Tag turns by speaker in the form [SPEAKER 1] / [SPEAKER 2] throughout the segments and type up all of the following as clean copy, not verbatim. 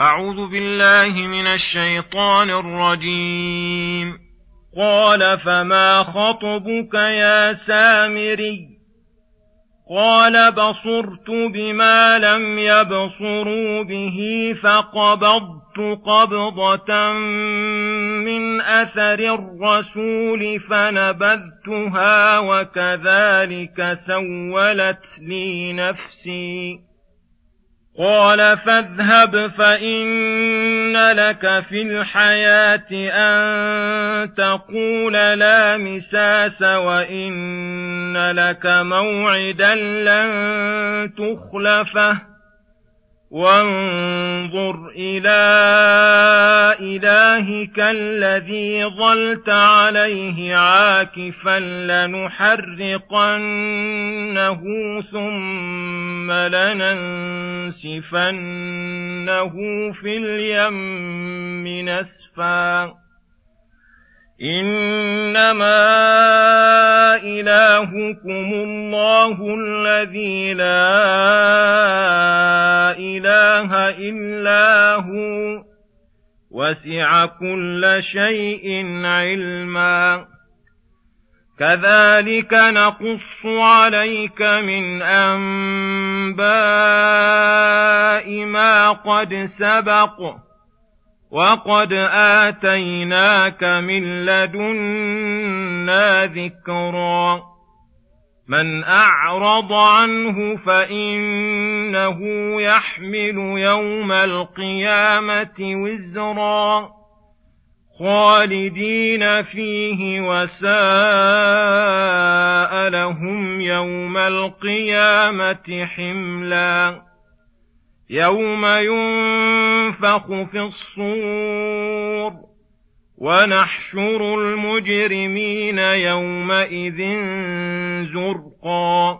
[SPEAKER 1] أعوذ بالله من الشيطان الرجيم. قال فما خطبك يا سامري؟ قال بصرت بما لم يبصروا به فقبضت قبضة من أثر الرسول فنبذتها وكذلك سولت لي نفسي. قال فاذهب فإن لك في الحياة أن تقول لا مساس وإن لك موعدا لن تخلفه وانظر إلى إلهك الذي ظلت عليه عاكفا لنحرقنه ثم لننسفنه في اليم نسفا. إنما إلهكم الله الذي لا إله إلا هو وسع كل شيء علما. كذلك نقص عليك من أنباء ما قد سبق وقد آتيناك من لدنا ذكرا. من أعرض عنه فإنه يحمل يوم القيامة وزرا خالدين فيه وساء لهم يوم القيامة حملا. يوم ينفخ في الصور ونحشر المجرمين يومئذ زرقا.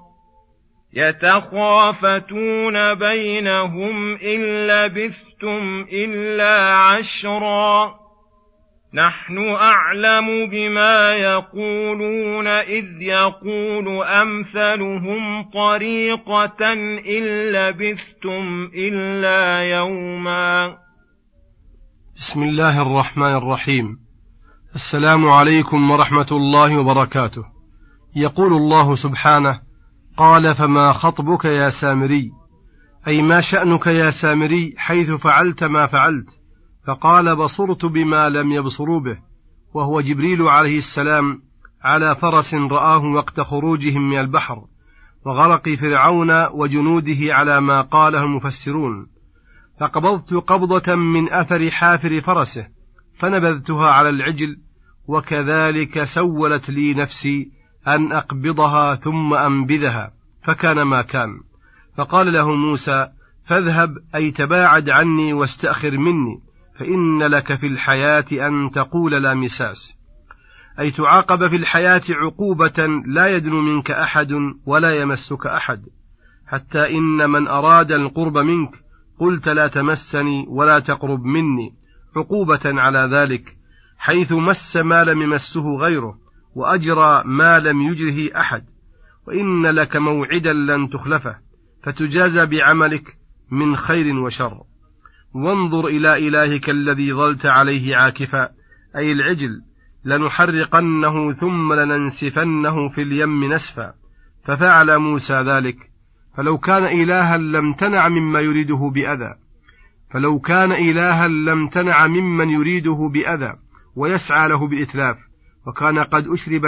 [SPEAKER 1] يتخافتون بينهم إن لبثتم إلا عشرا. نحن أعلم بما يقولون إذ يقول أمثلهم طريقة إن لبثتم إلا يوما.
[SPEAKER 2] بسم الله الرحمن الرحيم. السلام عليكم ورحمة الله وبركاته. يقول الله سبحانه: قال فما خطبك يا سامري؟ أي ما شأنك يا سامري حيث فعلت ما فعلت؟ فقال: بصرت بما لم يبصروا به، وهو جبريل عليه السلام على فرس رآه وقت خروجهم من البحر وغرق فرعون وجنوده على ما قاله المفسرون. فقبضت قبضة من أثر حافر فرسه فنبذتها على العجل، وكذلك سولت لي نفسي أن أقبضها ثم أنبذها، فكان ما كان. فقال له موسى: فاذهب، أي تباعد عني واستأخر مني، فإن لك في الحياة أن تقول لا مساس، أي تعاقب في الحياة عقوبة لا يدنو منك أحد ولا يمسك أحد، حتى إن من أراد القرب منك قلت لا تمسني ولا تقرب مني، عقوبة على ذلك، حيث مس ما لم يمسه غيره وأجرى ما لم يجره أحد. وإن لك موعدا لن تخلفه، فتجازى بعملك من خير وشر. وانظر إلى إلهك الذي ظلت عليه عاكفا، أي العجل، لنحرقنه ثم لننسفنه في اليم نسفا. ففعل موسى ذلك. فلو كان إلها لم تنع ممن يريده بأذى ويسعى له بإتلاف. وكان قد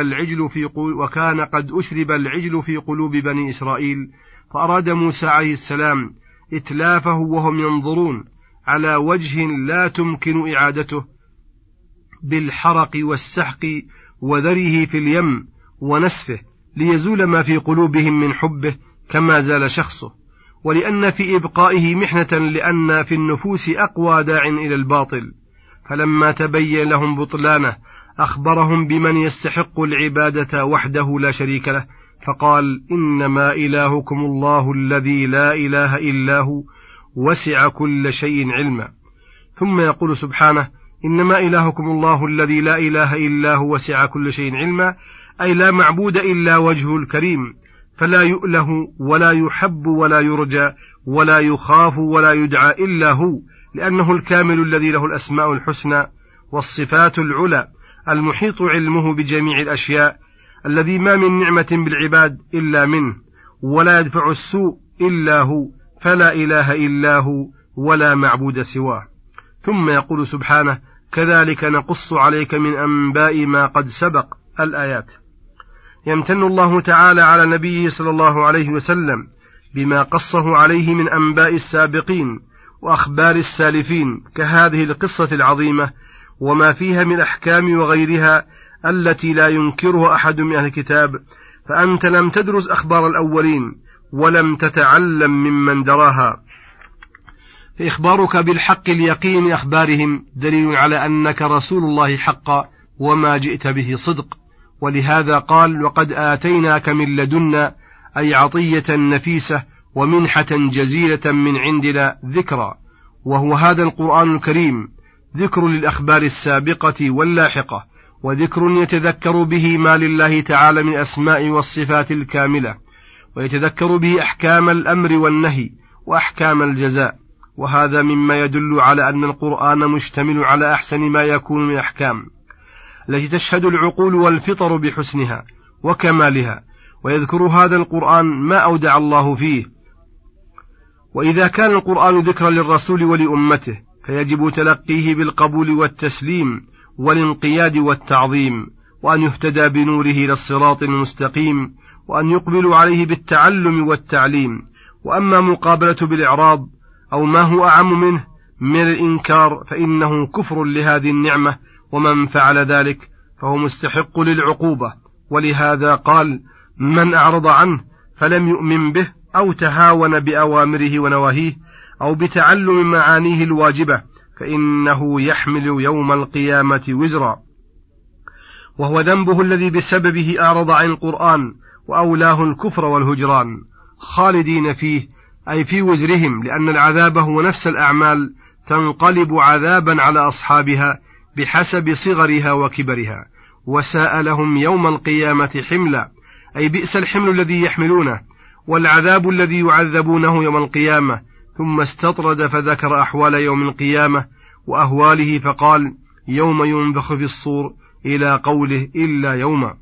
[SPEAKER 2] أشرب العجل في قلوب بني إسرائيل، فأراد موسى عليه السلام إتلافه وهم ينظرون على وجه لا تمكن إعادته، بالحرق والسحق وذره في اليم ونسفه، ليزول ما في قلوبهم من حبه كما زال شخصه، ولأن في إبقائه محنة، لأن في النفوس أقوى داع إلى الباطل. فلما تبين لهم بطلانه أخبرهم بمن يستحق العبادة وحده لا شريك له، فقال: إنما إلهكم الله الذي لا إله إلا هو وسع كل شيء علما. ثم يقول سبحانه: إنما إلهكم الله الذي لا إله إلا هو وسع كل شيء علما، أي لا معبود إلا وجهه الكريم، فلا يؤله ولا يحب ولا يرجى ولا يخاف ولا يدعى إلا هو، لأنه الكامل الذي له الأسماء الحسنى والصفات العلى، المحيط علمه بجميع الأشياء، الذي ما من نعمة بالعباد إلا منه، ولا يدفع السوء إلا هو، فلا إله إلا هو ولا معبود سواه. ثم يقول سبحانه: كذلك نقص عليك من أنباء ما قد سبق. الآيات. يمتن الله تعالى على نبيه صلى الله عليه وسلم بما قصه عليه من أنباء السابقين وأخبار السالفين كهذه القصة العظيمة وما فيها من أحكام وغيرها التي لا ينكرها أحد من أهل الكتاب، فأنت لم تدرس أخبار الأولين ولم تتعلم ممن دراها، فإخبارك بالحق اليقين أخبارهم دليل على أنك رسول الله حقا وما جئت به صدق. ولهذا قال: وقد آتيناك من لدنا، أي عطية نفيسة ومنحة جزيلة من عندنا ذكرى. وهو هذا القرآن الكريم ذكر للأخبار السابقة واللاحقة، وذكر يتذكر به ما لله تعالى من أسماء والصفات الكاملة، ويتذكر به أحكام الأمر والنهي وأحكام الجزاء. وهذا مما يدل على أن القرآن مشتمل على أحسن ما يكون من أحكام التي تشهد العقول والفطر بحسنها وكمالها، ويذكر هذا القرآن ما أودع الله فيه. وإذا كان القرآن ذكرا للرسول ولأمته فيجب تلقيه بالقبول والتسليم والانقياد والتعظيم، وأن يهتدى بنوره للصراط المستقيم، وأن يقبلوا عليه بالتعلم والتعليم. وأما مقابلة بالإعراض أو ما هو أعم منه من الإنكار فإنه كفر لهذه النعمة، ومن فعل ذلك فهو مستحق للعقوبة. ولهذا قال: من أعرض عنه فلم يؤمن به أو تهاون بأوامره ونواهيه أو بتعلم معانيه الواجبة فإنه يحمل يوم القيامة وزرا. وهو ذنبه الذي بسببه أعرض عن القرآن وأولاه الكفر والهجران، خالدين فيه أي في وزرهم، لأن العذاب هو نفس الأعمال تنقلب عذابا على أصحابها بحسب صغرها وكبرها. وساء لهم يوم القيامة حملا، أي بئس الحمل الذي يحملونه والعذاب الذي يعذبونه يوم القيامة. ثم استطرد فذكر أحوال يوم القيامة وأهواله فقال: يوم ينفخ في الصور إلى قوله إلا يوما،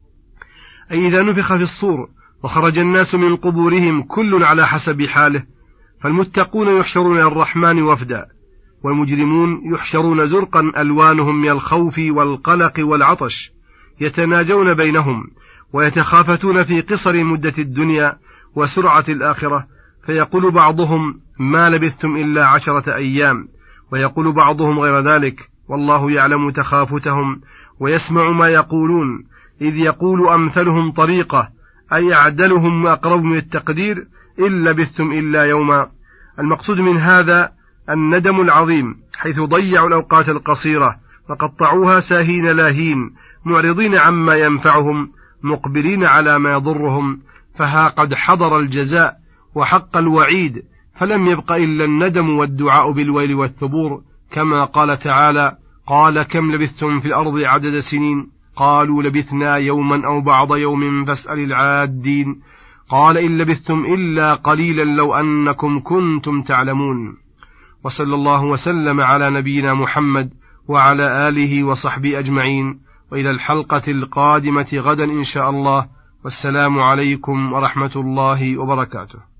[SPEAKER 2] أي إذا نفخ في الصور وخرج الناس من قبورهم كل على حسب حاله، فالمتقون يحشرون إلى الرحمن وفدا، والمجرمون يحشرون زرقا ألوانهم من الخوف والقلق والعطش، يتناجون بينهم ويتخافتون في قصر مدة الدنيا وسرعة الآخرة، فيقول بعضهم: ما لبثتم إلا 10 أيام، ويقول بعضهم غير ذلك، والله يعلم تخافتهم ويسمع ما يقولون، إذ يقول أمثلهم طريقة، أي أعدلهم وأقرب من التقدير: إن لبثتم إلا يوما. المقصود من هذا الندم العظيم، حيث ضيعوا الأوقات القصيرة فقطعوها ساهين لاهين، معرضين عما ينفعهم مقبلين على ما يضرهم، فها قد حضر الجزاء وحق الوعيد، فلم يبق إلا الندم والدعاء بالويل والثبور، كما قال تعالى: قال كم لبثتم في الأرض عدد سنين؟ قالوا لبثنا يوما أو بعض يوم فاسأل العادين. قال إن لبثتم إلا قليلا لو أنكم كنتم تعلمون. وصلى الله وسلم على نبينا محمد وعلى آله وصحبه أجمعين، وإلى الحلقة القادمة غدا إن شاء الله، والسلام عليكم ورحمة الله وبركاته.